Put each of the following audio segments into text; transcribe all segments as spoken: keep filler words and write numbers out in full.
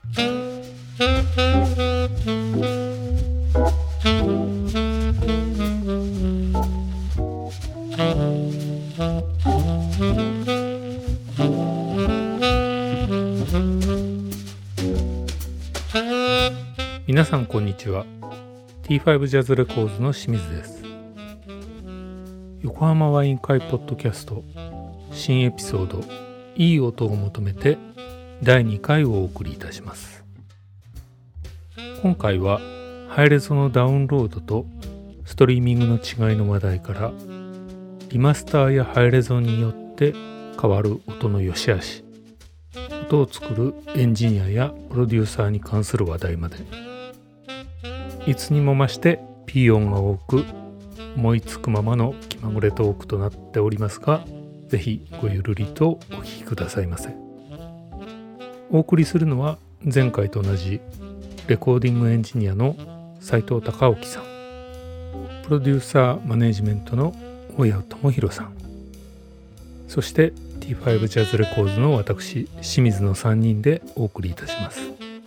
皆さんこんにちは。 ティーファイブ ジャズレコーズの清水です。横浜ワイン会ポッドキャスト新エピソードいい音を求めてだいにかいをお送りいたします。今回はハイレゾのダウンロードとストリーミングの違いの話題から、リマスターやハイレゾによって変わる音の良し悪し、音を作るエンジニアやプロデューサーに関する話題まで、いつにも増してピー音が多く、思いつくままの気まぐれトークとなっておりますが、ぜひごゆるりとお聞きくださいませ。お送りするのは前回と同じレコーディングエンジニアの斉藤孝興さん、プロデューサーマネジメントの大谷智弘さん、そして ティーファイブ ジャズレコーズの私清水のさんにんでお送りいたします。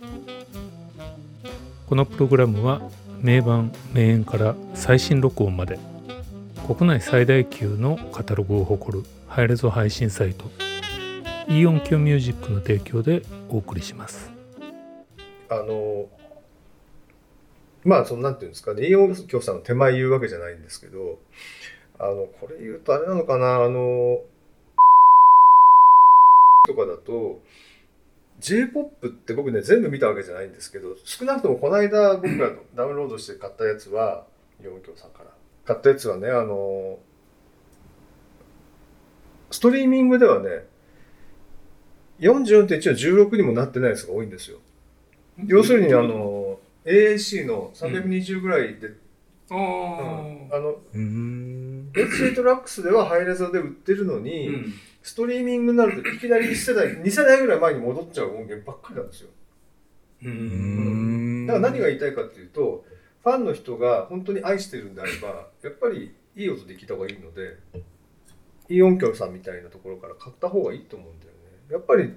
このプログラムは名盤名演から最新録音まで国内最大級のカタログを誇るハイレゾ配信サイトイー音響ミュージックの提供でお送りします。 あのまあそのなんていうんですかね、イー音響さんの手前言うわけじゃないんですけど、あのこれ言うとあれなのかな、あのとかだと J-ポップ って僕ね全部見たわけじゃないんですけど、少なくともこの間僕がダウンロードして買ったやつはイー音響さんから買ったやつはね、あのストリーミングではね よんじゅうよんてんいち のじゅうろくにもなってないやつが多いんですよ。要するにあの エーエーシー のさんびゃくにじゅうぐらいで、うんうん、あの エイチエイト ラックスではハイレゾで売ってるのに、うん、ストリーミングになるといきなりいち世代に世代ぐらい前に戻っちゃう音源ばっかりなんですよ。うーん、だから何が言いたいかっていうと、ファンの人が本当に愛してるんであればやっぱりいい音で聴いた方がいいので、イー音響さんみたいなところから買った方がいいと思うんだよね。やっぱり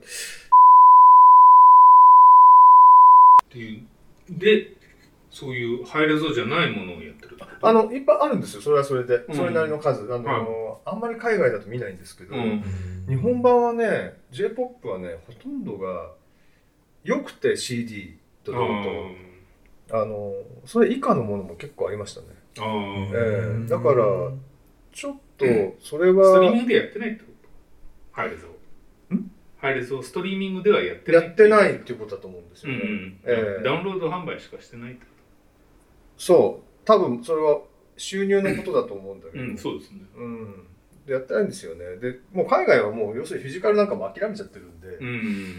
っていうで、そういうハイレゾじゃないものをやってる。 あのいっぱいあるんですよ。それはそれで、うん、それなりの数、あの、はい、あんまり海外だと見ないんですけど、うん、日本版はね J-ポップ はねほとんどが良くて シーディー とどうと、あのそれ以下のものも結構ありましたね。あ、えー、だからちょっとそれはストリーミングでやってないってこと？ハイレゾんハイレゾをストリーミングではやってないやってないっていうことだと思うんですよね。うんうん、 えー、ダウンロード販売しかしてないってこと？ そう、多分それは収入のことだと思うんだけど、 うん、そうですね。 うん、でやってないんですよね。でもう海外はもう要するにフィジカルなんかも諦めちゃってるんで、うん、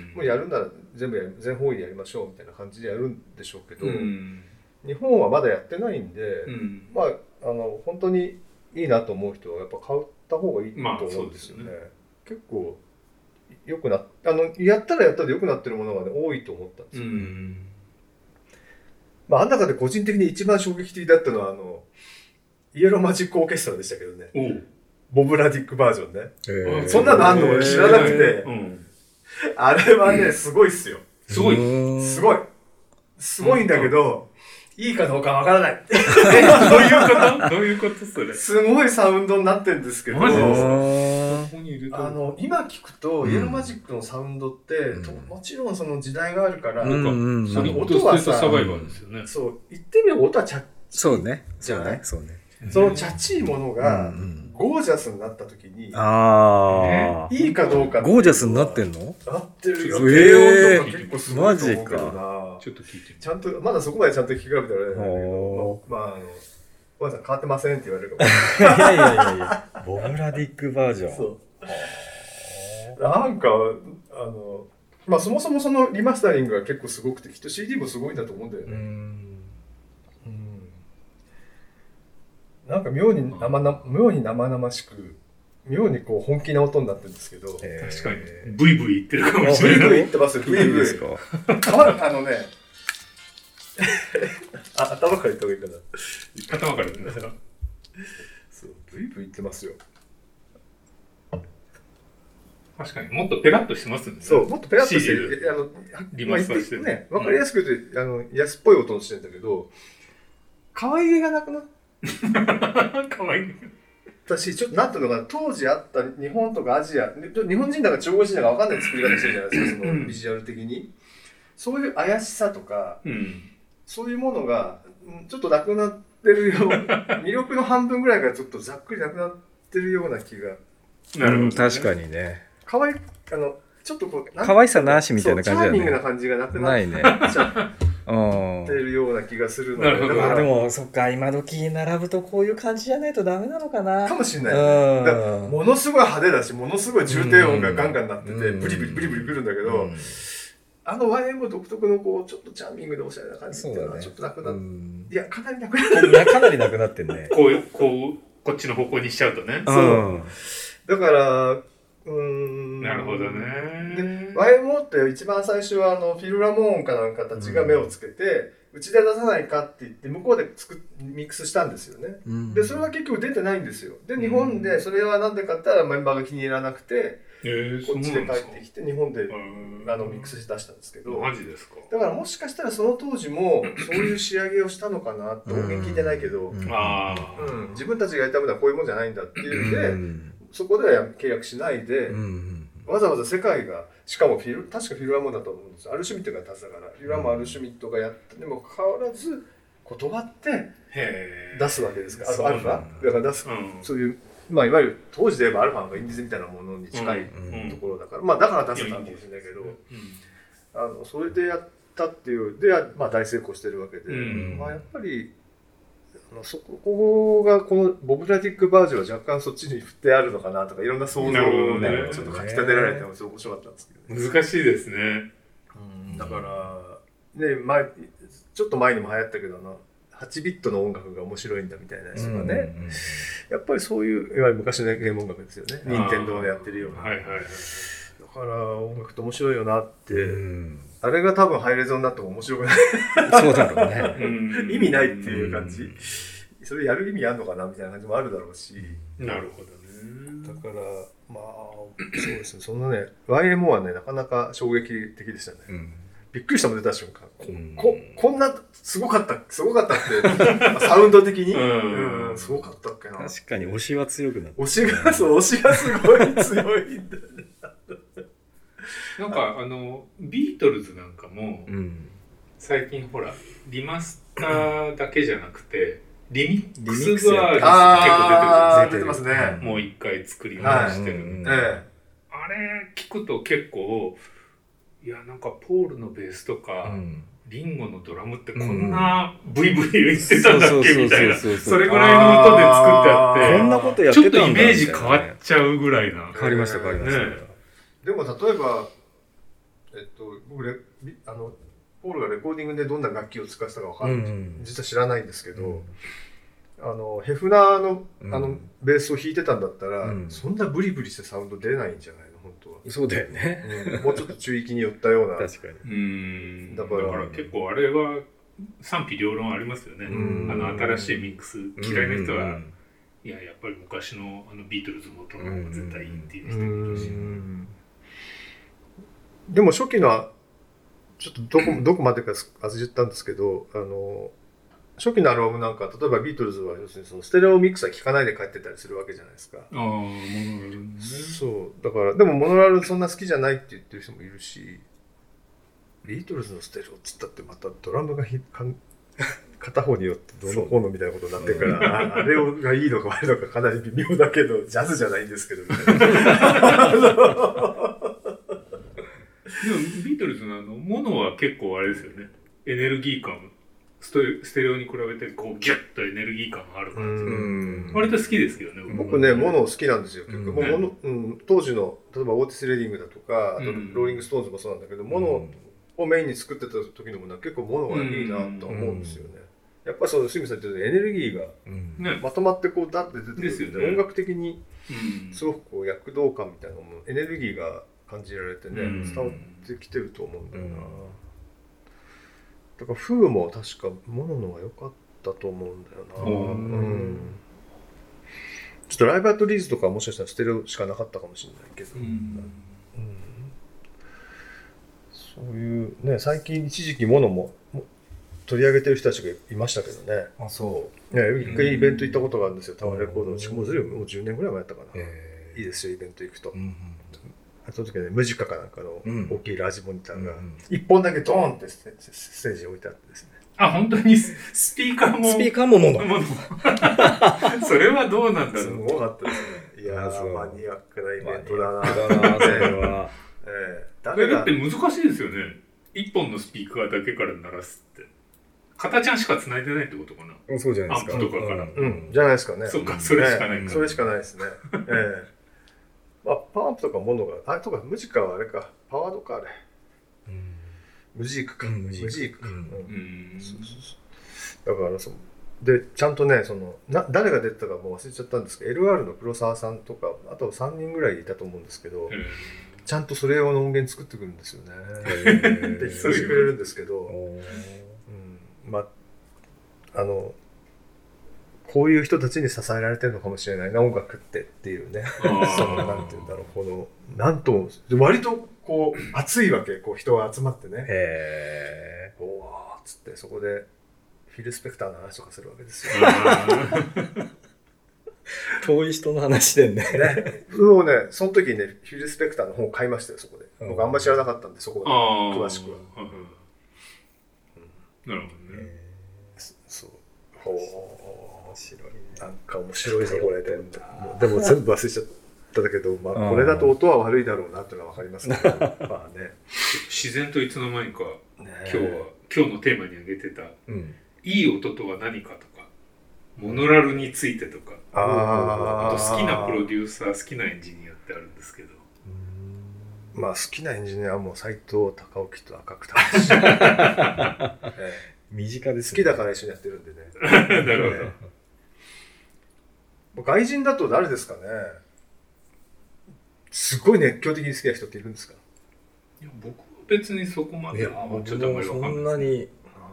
もうやるなら全部や全方位でやりましょうみたいな感じでやるんでしょうけど、うん、日本はまだやってないんで、うん、まああの本当にいいなと思う人はやっぱ買った方がいいと思うんですよね。まあ、ね、結構良くなっあのやったらやったで良くなってるものが、ね、多いと思ったんですよ。うん、まあ、あん中で個人的に一番衝撃的だったのはあのイエローマジックオーケストラでしたけどね。ボブ・ラディックバージョンね。えー、そんなのあんの知らなくて、えーうん、あれはねすごいっすよ。 すごいすごいすごいんだけど、うん、いいかどうかわからない。 どういうことどういうことそれ。 すごいサウンドになってるんですけど、 マジであの今聞くと、うん、イエローマジックのサウンドって、うん、もちろんその時代があるから、うんうん、 その音はさ、サバイバーですよね。 そう言ってみれば音はチャッチーそうねじゃない。 そうね。 そのチャチいものがゴージャスになった時に、 ああいいかどうか。 ゴージャスになってんの？ なってるよ。 えー、 低音とか結構すごいと思うけどな。 ちょっと聞いてみ。 ちゃんとまだそこまでちゃんと聞き比べたらあれなんだけど、まああのごめんなさい変わってませんって言われるかもしれない。 いやいやいやいや。ボブラディックバージョン。 そう。なんかあのまあそもそもそのリマスタリングが結構すごくて、きっと シーディー もすごいんだと思うんだよね。うん。なんか妙に生な妙に生々しく、妙にこう本気な音になってるんですけど、 確かにブイブイ言ってるかもしれない。 ブイブイ言ってますよ。ブイブイですか。あのね、あ頭から言った方がいいかな。 頭から言ってますか。 そうブイブイ言ってますよ。 確かにもっとペラッとしてますね。 そう、もっとペラッとしてる。あの、 リマスターしてる。 ね、わかりやすく言うと、あの、安っぽい音をしてるんだけど、可愛げがなくなっ可愛い。 私、ちょっとなんていうのかな、当時あった日本とかアジア、日本人だか中国人だかわかんない作り方してるじゃないですか、そのビジュアル的に。そういう怪しさとか、うん、そういうものが、ちょっとなくなってるよう、魅力の半分ぐらいがちょっとざっくりなくなってるような気が。 なるほど、ね、確かにね。 可愛い、あの、ちょっとこう、 可愛さなしみたいな感じだよね。 チャーミングな感じがなくなっちゃってるような気がするので。 なるほど。でも、そっか、今時並ぶとこういう感じじゃないとダメなのかな。 かもしれない、ね。だからものすごい派手だし、ものすごい重低音がガンガンなってて、ブリブリブリブリくるんだけど、あの ワイエム 独特のこう、ちょっとチャーミングでおしゃれな感じっていうのはちょっとなくなって、ね、いや、かなりなくなってる。 かなりなくなってんね。 こう、こう、こっちの方向にしちゃうとね。 そう。だから、うーん。 なるほどね。 ワイエムオー って一番最初はあのフィルラモーンかなんかたちが目をつけて、うちで出さないかって言って向こうで作ミックスしたんですよね、うん、でそれは結局出てないんですよ。で日本でそれはなんでかって言ったらメンバーが気に入らなくて、うん、こっちで帰ってきて日本であのミックスして出したんですけど、 マジですか。 だからもしかしたらその当時もそういう仕上げをしたのかなって音源聞いてないけど、うんうん、自分たちがやりたいものはこういうもんじゃないんだっていうんで、うん、そこでは契約しないで、うん、わざわざ世界がしかもフィル確かフィルラモンだと思うんですよ。アルシュミットが立つだからフィルラモンアルシュミットがやってでもかかわらず断って出すわけですから。あとアルファだから出す、うん、そういう、まあ、いわゆる当時で言えばアルファがインディーズみたいなものに近いところだから、うん、まあだから出せたかもしれないけど、うん、あのそれでやったっていうで、まあ、大成功してるわけで、うん、まあ、やっぱりそこがこのボブラティックバージョンは若干そっちに振ってあるのかなとかいろんな想像をねちょっとかき立てられても面白かったんですけど、 ね、難しいですね。 うんだからね前ちょっと前にも流行ったけどなはちビットの音楽が面白いんだみたいなやつがね、うんうん、やっぱりそういういわゆる昔のゲーム音楽ですよね。任天堂でやってるような、はいはいはい、だから音楽って面白いよなって、うん、あれが多分ハイレゾになっても面白くないそうだろうね意味ないっていう感じ、それやる意味あるのかなみたいな感じもあるだろうし、 なるほどね。 だからまあそうですね、そのね ワイエムオー はねなかなか衝撃的でしたね、うん、びっくりしたもん出た瞬間、こ, こ, こんなすごかったすごかったってサウンド的に、うんうん、すごかったっけな。 確かに推しは強くなった、 推しがそう推しがすごい強いんだよねなんかあのビートルズなんかも、うん、最近ほらリマスターだけじゃなくてリミックスバージョン結構出てるんですよ。出てますね。もう一回作り直してるみたいな、はい、あれ聞くと結構いやなんかポールのベースとか、うん、リンゴのドラムってこんなブイブイ言ってたんだっけみたいな、それぐらいの音で作ってあってこんなことやってたんだちょっとイメージ変わっちゃうぐらいな。 変わりました変わりました、ね、 でも例えばえっと僕レあのポールがレコーディングでどんな楽器を使ってたかわかんない、うん、実は知らないんですけど、うん、あのヘフナー の, あのベースを弾いてたんだったら、うん、そんなブリブリしたサウンド出ないんじゃないの本当は。 そうだよね、 うん、もうちょっと中域に寄ったような確かに。 うんだからだから結構あれは賛否両論ありますよね。あの新しいミックス嫌いな人は、いややっぱり昔のあのビートルズの音の方が絶対いいっていう人もいるし、 でも初期のちょっとどこどこまでか忘れたんですけど、あの初期のアルバムなんか例えばビートルズは要するにそのステレオミックスは聴かないで帰ってたりするわけじゃないですか。ああ、モノラルね。そうだからでもモノラルそんな好きじゃないって言ってる人もいるし、ビートルズのステレオっつったってまたドラムがひかん片方によってどうのこうのみたいなことになってるから、あ, あれがいいのか悪いのかかなり微妙だけどジャズじゃないんですけどみたいな。 でもビートルズのあのモノは結構あれですよね。エネルギー感ステレオに比べてこうギュッとエネルギー感がある感じ。うん割と好きですけどね。 僕ねモノ好きなんですよ結構、うんねものうん、当時の例えばオーティス・レディングだとかあとローリング・ストーンズもそうなんだけど、うん、モノをメインに作ってた時のものは結構モノがいいなと思うんですよね。やっぱりその清水さん言ってたエネルギーがまとまってこうダッて出てるんで、ね、音楽的にすごくこう躍動感みたいなのもエネルギーが感じられてね、うん、伝わってきてると思うんだよな、うん、だからフーも確かモノのが良かったと思うんだよな、うんうん、 ちょっとライブアットリーズとかもしかしたらステレオしかなかったかもしれないけど、うんうん、そういうね、最近一時期モノも取り上げてる人たちがいましたけどね。 あ、そう。 ね、一回イベント行ったことがあるんですよ、タワーレコードの。しかもずいぶんもうじゅうねんぐらい前やったかな。えー、いいですよ、イベント行くと。うんうん、その時はね、ムジカかなんかの大きいラージモニターが一本だけドーンってステージに置いてあってですね。 あ、本当にスピーカーも。 スピーカーももの。 それはどうなんだろう。 すごかったですね。いやー、マニアックなイベントだな。 だな、それは。 えー、誰がだって難しいですよね。一本のスピーカーだけから鳴らすって。片ちゃんしか繋いでないってことかな。 そうじゃないですか。 アンプとかから。 うん、うん、じゃないですかね。 そっか、それしかないか、 ね。それしかないですね。ええー。あ、パンプとかモノが、あれとか、ムジカはあれか、パワードかあれ。うん、ムジークか。うん、ムジークか。うん。うん、そうそうそう。だからその、で、ちゃんとね、その、な、誰が出てたかもう忘れちゃったんですけど、エルアール の黒沢さんとか、あとさんにんぐらいいたと思うんですけど、ちゃんとそれ用の音源作ってくるんですよね。で、聞かせてくれるんですけど、うん、まあ、あの、こういう人たちに支えられてるのかもしれないな、音楽ってっていうね。その、なんていうんだろう、この、なんと、割とこう、熱いわけ、こう、人が集まってね。へー。おーっつって、そこで、フィル・スペクターの話とかするわけですよ。 遠い人の話でね。 ね、もうね、その時にね、フィル・スペクターの本を買いましたよ、そこで。僕あんま知らなかったんで、そこで詳しくは。 なるほどね。 そう。ほう。面白い。なんか面白いぞ、これで。でも全部忘れちゃっただけど、まあ、これだと音は悪いだろうなっていうのはわかりますけど、まあね。 自然といつの間にか、今日は、今日のテーマに挙げてた、いい音とは何かとか、モノラルについてとか、あ, あと好きなプロデューサー、好きなエンジニアってあるんですけど。 まあ好きなエンジニアはもう斎藤孝興と赤く魂、ええ、身近です、ね、好きだから一緒にやってるんでね。なるほど、ええ、外人だと誰ですかね。すごい熱狂的に好きな人っているんですか。 いや、僕は別にそこまではちょっとあまり分かんないです。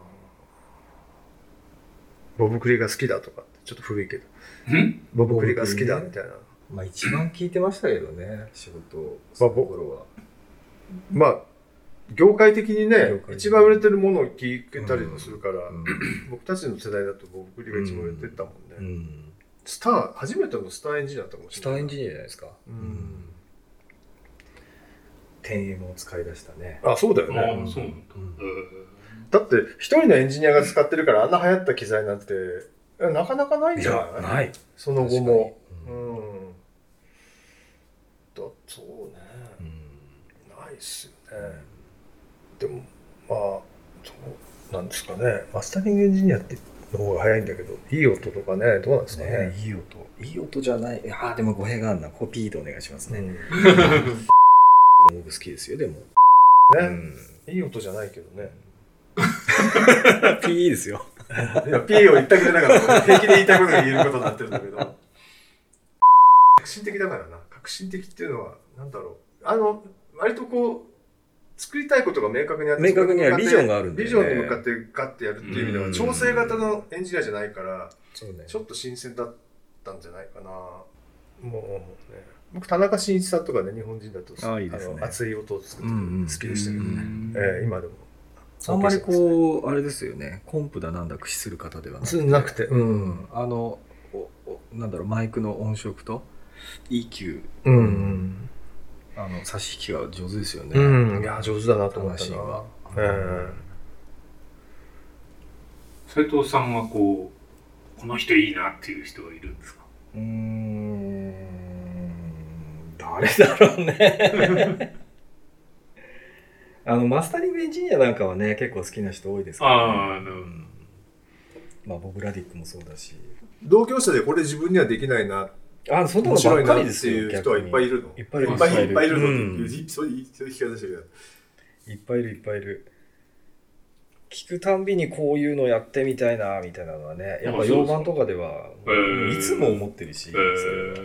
ボブクリが好きだとかってちょっと古いけど、んボブクリが好きだみたいな。 まあ一番聞いてましたけどね、仕事その頃は。 まあ業界的にね、一番売れてるものを聞けたりもするから、うん、僕たちの世代だとボブクリが一番売れてたもんね。うんうん、スター、初めてのスターエンジニアだったかもしれない。 スターエンジニアじゃないですか。うん、テンエムを使い出したね。 あ、そうだよね。 あ、そうなんだ。 だって一人のエンジニアが使ってるからあんな流行った機材なんてなかなかないんじゃない？ いや、ない。 その後も。うん。だそうね、うん。ないっすよね。でもまあそうなんですかね。マスタリングエンジニアっての方が早いんだけど、いい音とかね、どうなんですかね。 ね、いい音。いい音じゃない。ああ、でも語弊があるな。コピーでお願いしますね。うん、僕好きですよ、でも。ね、 うん。いい音じゃないけどね。 ピーですよ。 いや、ピーを言ったくれなかった。平気で言いたいことが言えることになってるんだけど。革新的だからな。革新的っていうのは、なんだろう。あの、割とこう、作りたいことが明確にあって、 明確にはビジョンがあるんで、ね、 ビジョンに向かってガッてやるっていう意味では、調整型のエンジニアじゃないから、そうね、ちょっと新鮮だったんじゃないかな。もうね。僕、田中伸一さんとかね、日本人だと、 ああ、いいですね、 あの熱い音を作って好きでしたけどね。えー、今でも。 あんまりこう、あれですよね、コンプだなんだ駆使する方ではなくて。 なくて。 うん。あの、おおなんだろう、マイクの音色と イーキュー。 うん。 あの、差し引きが上手ですよね。 うん。いや、上手だなと思ったな。は。えー、 斉藤さんはこう、この人いいなっていう人はいるんですか？ うーん、誰だろうね。あのマスタリングエンジニアなんかはね結構好きな人多いですから、ね、 ああ、なるほど。うん、 まあボブ・ラディックもそうだし、 同業者でこれ自分にはできないな、 あ、そんなのばっかりですよ。 いう人はいっぱいいるの。 いっぱいいる。 いっぱいいっぱいいるのっていう、そういう聞き方してる。 いっぱいいるいっぱいいる。聞くたんびにこういうのやってみたいなみたいなのはね、やっぱ洋版とかではいつも思ってるし、それは、うん、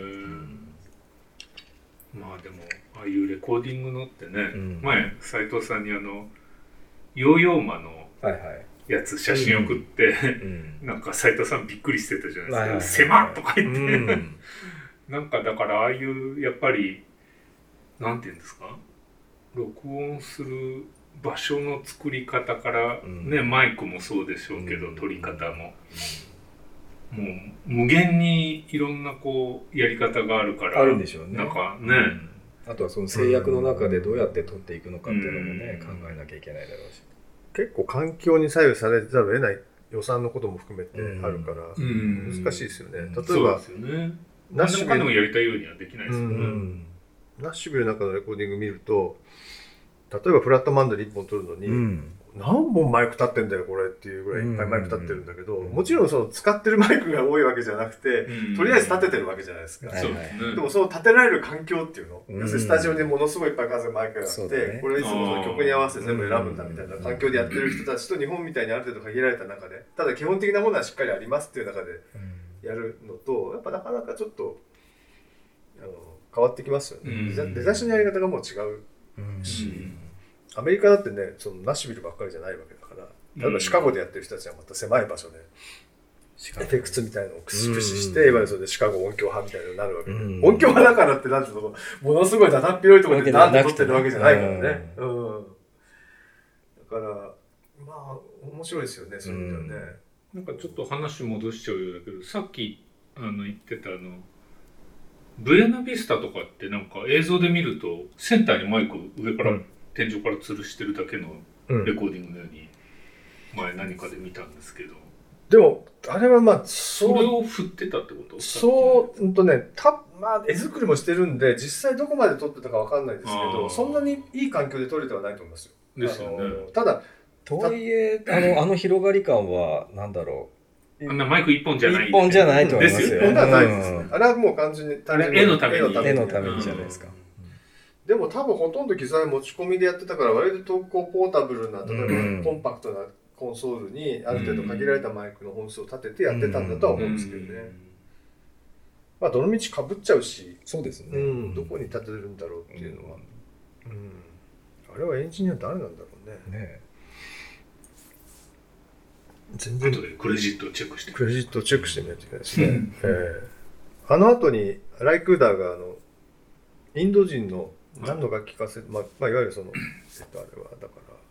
まあでもああいうレコーディングのってね、うん、前斉藤さんにあのヨーヨーマのやつ写真送って、はいはい、なんか斉藤さんびっくりしてたじゃないですか、はいはいはい、狭っとか言って、うん、 なんかだからああいうやっぱりなんていうんですか、録音する場所の作り方からね、うん、マイクもそうでしょうけど、うん、撮り方も、うん、もう無限にいろんなこうやり方があるからあるんでしょうね。 なんかね、 うん、あとはその制約の中でどうやって撮っていくのかっていうのもね、うん、考えなきゃいけないだろうし、 結構環境に左右されざるを得ない予算のことも含めてあるから、うん、難しいですよね。例えば、そうですよね。 ナッシュビルもやりたいようにはできないですよね。うん、 ナッシュビルの中のレコーディング見ると、例えばフラットマンドでいっぽん撮るのに、うん、何本マイク立ってんだよこれっていうぐらいいっぱいマイク立ってるんだけど、うんうんうん、もちろんその使ってるマイクが多いわけじゃなくて、うんうん、とりあえず立ててるわけじゃないですか。はいはい、でもその立てられる環境っていうの、うん、要するにスタジオにものすごいいっぱい数のマイクがあって、ね、これいつもその曲に合わせて全部選ぶんだみたいな環境でやってる人たちと日本みたいにある程度限られた中で、ただ基本的なものはしっかりありますっていう中でやるのと、やっぱなかなかちょっとあの変わってきますよね。うん、デザインのやり方がもう違うし、うん、アメリカだってね、そのナッシュビルばっかりじゃないわけだから、例えばシカゴでやってる人たちはまた狭い場所で、うん、エフェクツみたいなのを駆使して、うん、いわゆるそれでシカゴ音響派みたいなのになるわけで、うん、音響派だからってなんていうの、ものすごいだだっ広いところでダンって撮ってるわけじゃないからね。うん、だからまあ面白いですよね、そういう意味ではね。 なんかちょっと話戻しちゃうようだけど、さっきあの言ってたあのブエナビスタとかってなんか映像で見るとセンターにマイクを上から、うん、天井から吊るしてるだけのレコーディングのように前何かで見たんですけど、 でもあれはまあそれを振ってたってこと？ そううんとね、たまあ絵作りもしてるんで実際どこまで撮ってたかわかんないですけど、そんなにいい環境で撮れてはないと思いますよ。 ですよね。 ただとはいえあのあの広がり感はなんだろう。 あんなマイク一本じゃない。 一本じゃないと思いますよ。 一本じゃないですね。あれはもう完全に絵のために絵のためにじゃないですか。 でも多分ほとんど機材持ち込みでやってたから割とこうポータブルな、例えばコンパクトなコンソールにある程度限られたマイクの本数を立ててやってたんだとは思うんですけどね。まあどの道かぶっちゃうし、 そうですね。 うん、どこに立てるんだろうっていうのは、うん、あれはエンジニア誰なんだろうね。ね。 全然後でクレジットをチェックしてクレジットをチェックしてみないといけないですね。えー、あの後にライクーダーがあのインド人の何の楽器かせ、まあ、まあいわゆるそのえっとあれはだ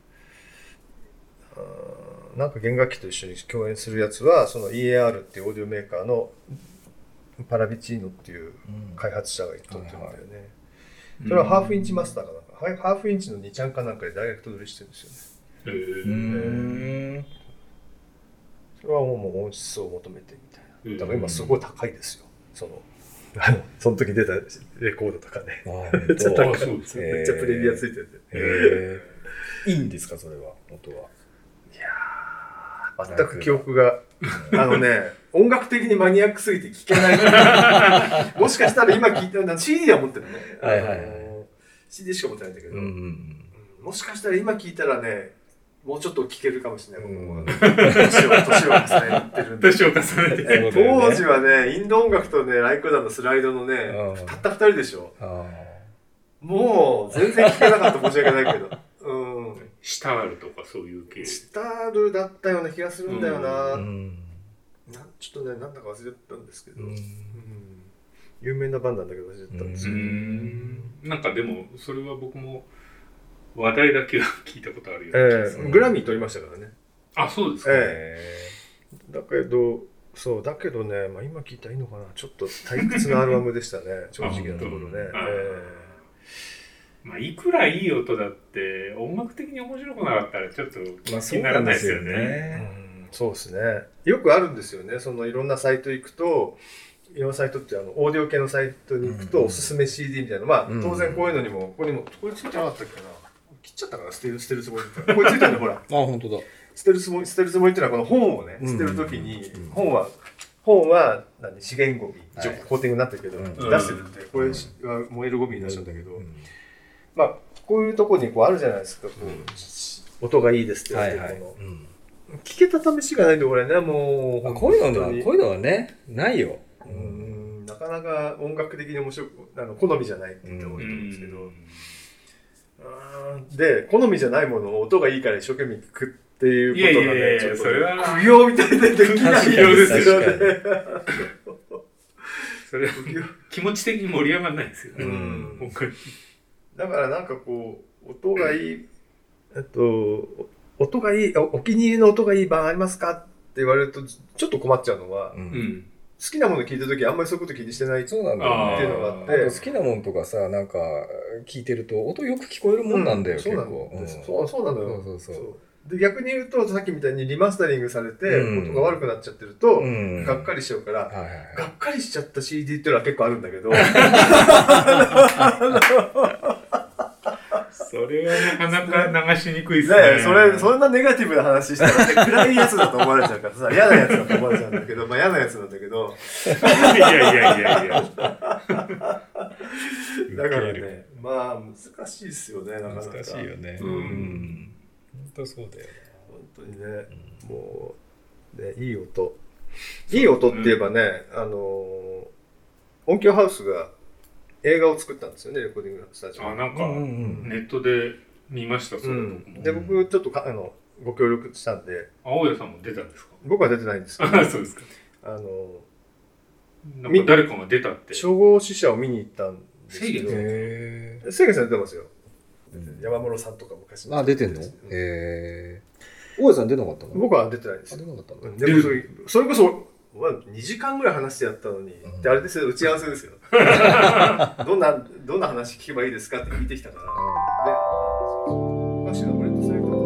からあなんか弦楽器と一緒に共演するやつはその イーエーアール っていうオーディオメーカーのパラビチーノっていう開発者が言ってるんだよね。うん、それはハーフインチマスターかなんか、ハーフインチのにちゃんかなんかでダイレクト撮りしてるんですよね。へー。それはもう音質を求めてみたいな。だから今すごい高いですよ。そのその時出たレコードとかね。めっちゃ高い。めっちゃプレミアついてて。 へー。いいんですかそれは音は。 いやー全く記憶があのね音楽的にマニアックすぎて聴けないもしかしたら今聴いたら シーディー は持ってるね。はいはいはい。シーディー しか持ってないんだけど、うんうん、もしかしたら今聴いたらねもうちょっと聴けるかもしれない。僕も年を重ねてるんで。 年を重ねてる。当時はね、インド音楽とね、ライクーダーのスライドのね、たった二人でしょ。もう全然聴けなかった。申し訳ないけど。うん。 シタールとかそういう系。 シタールだったような気がするんだよな。うん、なちょっとね、なんだか忘れてたんですけど。うん、有名なバンドなんだけど忘れてたんですけど。 うんなんかでもそれは僕も。話題だけは聞いたことあるよ、 えー、グラミー取りましたからね。 あ、そうですか、 えー、だけどそうだけどね、まあ、今聞いたらいいのかな、ちょっと退屈なアルバムでしたね正直なところね。えー、まあいくらいい音だって音楽的に面白くなかったらちょっと気にならないですよね。まあ、そうね、 うん、そうですね。よくあるんですよね。そのいろんなサイト行くといろんなサイトってあのオーディオ系のサイトに行くと、うん、おすすめ シーディー みたいな、まあ、うん、当然こういうのにもここにもこれついてなかったっけな、切っちゃったから捨てる捨てるつもりってこれついてるんだほら。あ本当だ。 捨てるつもり捨てるつもりっていうのはこの本をね捨てるときに、うん、本は本は何資源ゴミ、はい、コーティングになってるけど、うん、出してるってこれは燃えるゴミに出したんだけど、うん、まあこういうとこにこうあるじゃないですか。こう、うん、音がいいですって言われてるもの、はいはいうん、聞けた試しがないんでこれねもうこういうのはこういうのはねないよ。 うん、なかなか音楽的に面白くあの好みじゃないって言った方がいいと思うんですけど。うんで好みじゃないものを音がいいから一生懸命聞くっていうことがね、いやいやいやちょっと苦行みたいでできないんですよね。 それは気持ち的に盛り上がらないんですよね、うん、 だからなんかこう音がいいえっと音がいい お, お気に入りの音がいい版ありますかって言われるとちょっと困っちゃうのは、うん、好きなもの聞いた時あんまりそういうこと気にしてないっていうのがあって、 あと好きなものとかさなんか聞いてると音よく聞こえるもんなんだよ、うん、結構、 うん、そうそうなのよ。そうそうそうで逆に言うとさっきみたいにリマスタリングされて、うん、音が悪くなっちゃってると、うん、がっかりしちゃうから、はいはいはい、がっかりしちゃった シーディー っていうのは結構あるんだけどそれはなかなか流しにくいですね。 ねそれそんなネガティブな話したら、ね、暗いやつだと思われちゃうからさ嫌なやつだと思われちゃうんだけどまあ嫌なやつなんだけどいやいやいやいやだからねまあ難しいですよねなかなか難しいよね。うん、うん、本当そうだよね。 本当にね、うん、もうねいい音いい音って言えばね、うん、あの音響ハウスが映画を作ったんですよねレコーディングスタジオ。 あなんかネットで見ましたそれ、うん、 で僕ちょっとかあのご協力したんで。 青谷さんも出たんですか？ 僕は出てないんですけどそうですか。 あのなんか誰かが出たって消防死者を見に行ったんですけどへ清家さん出てますよ、うん、山室さんとか昔のあ出てんの？へえ大谷さん出なかったの？ 僕は出てないです。 あ出なかったの？ でもそれ、それこそにじかんぐらい話してやったのに、うん、であれですよ打ち合わせですよどんなどんな話聞けばいいですかって聞いてきたから、うん、でおかしいなこれとそういうこと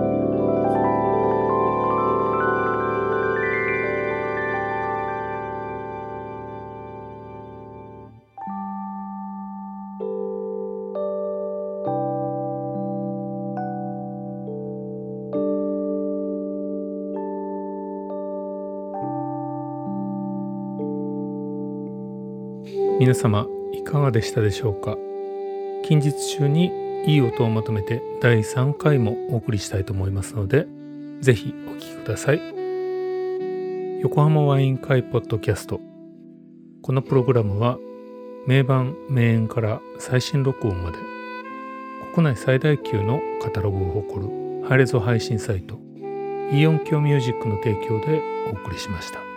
皆様いかがでしたでしょうか。近日中にいい音をまとめてだいさんかいもお送りしたいと思いますのでぜひお聞きください。横浜ワイン会ポッドキャスト、このプログラムは名盤名演から最新録音まで国内最大級のカタログを誇るハイレゾ配信サイトイオンキョミュージックの提供でお送りしました。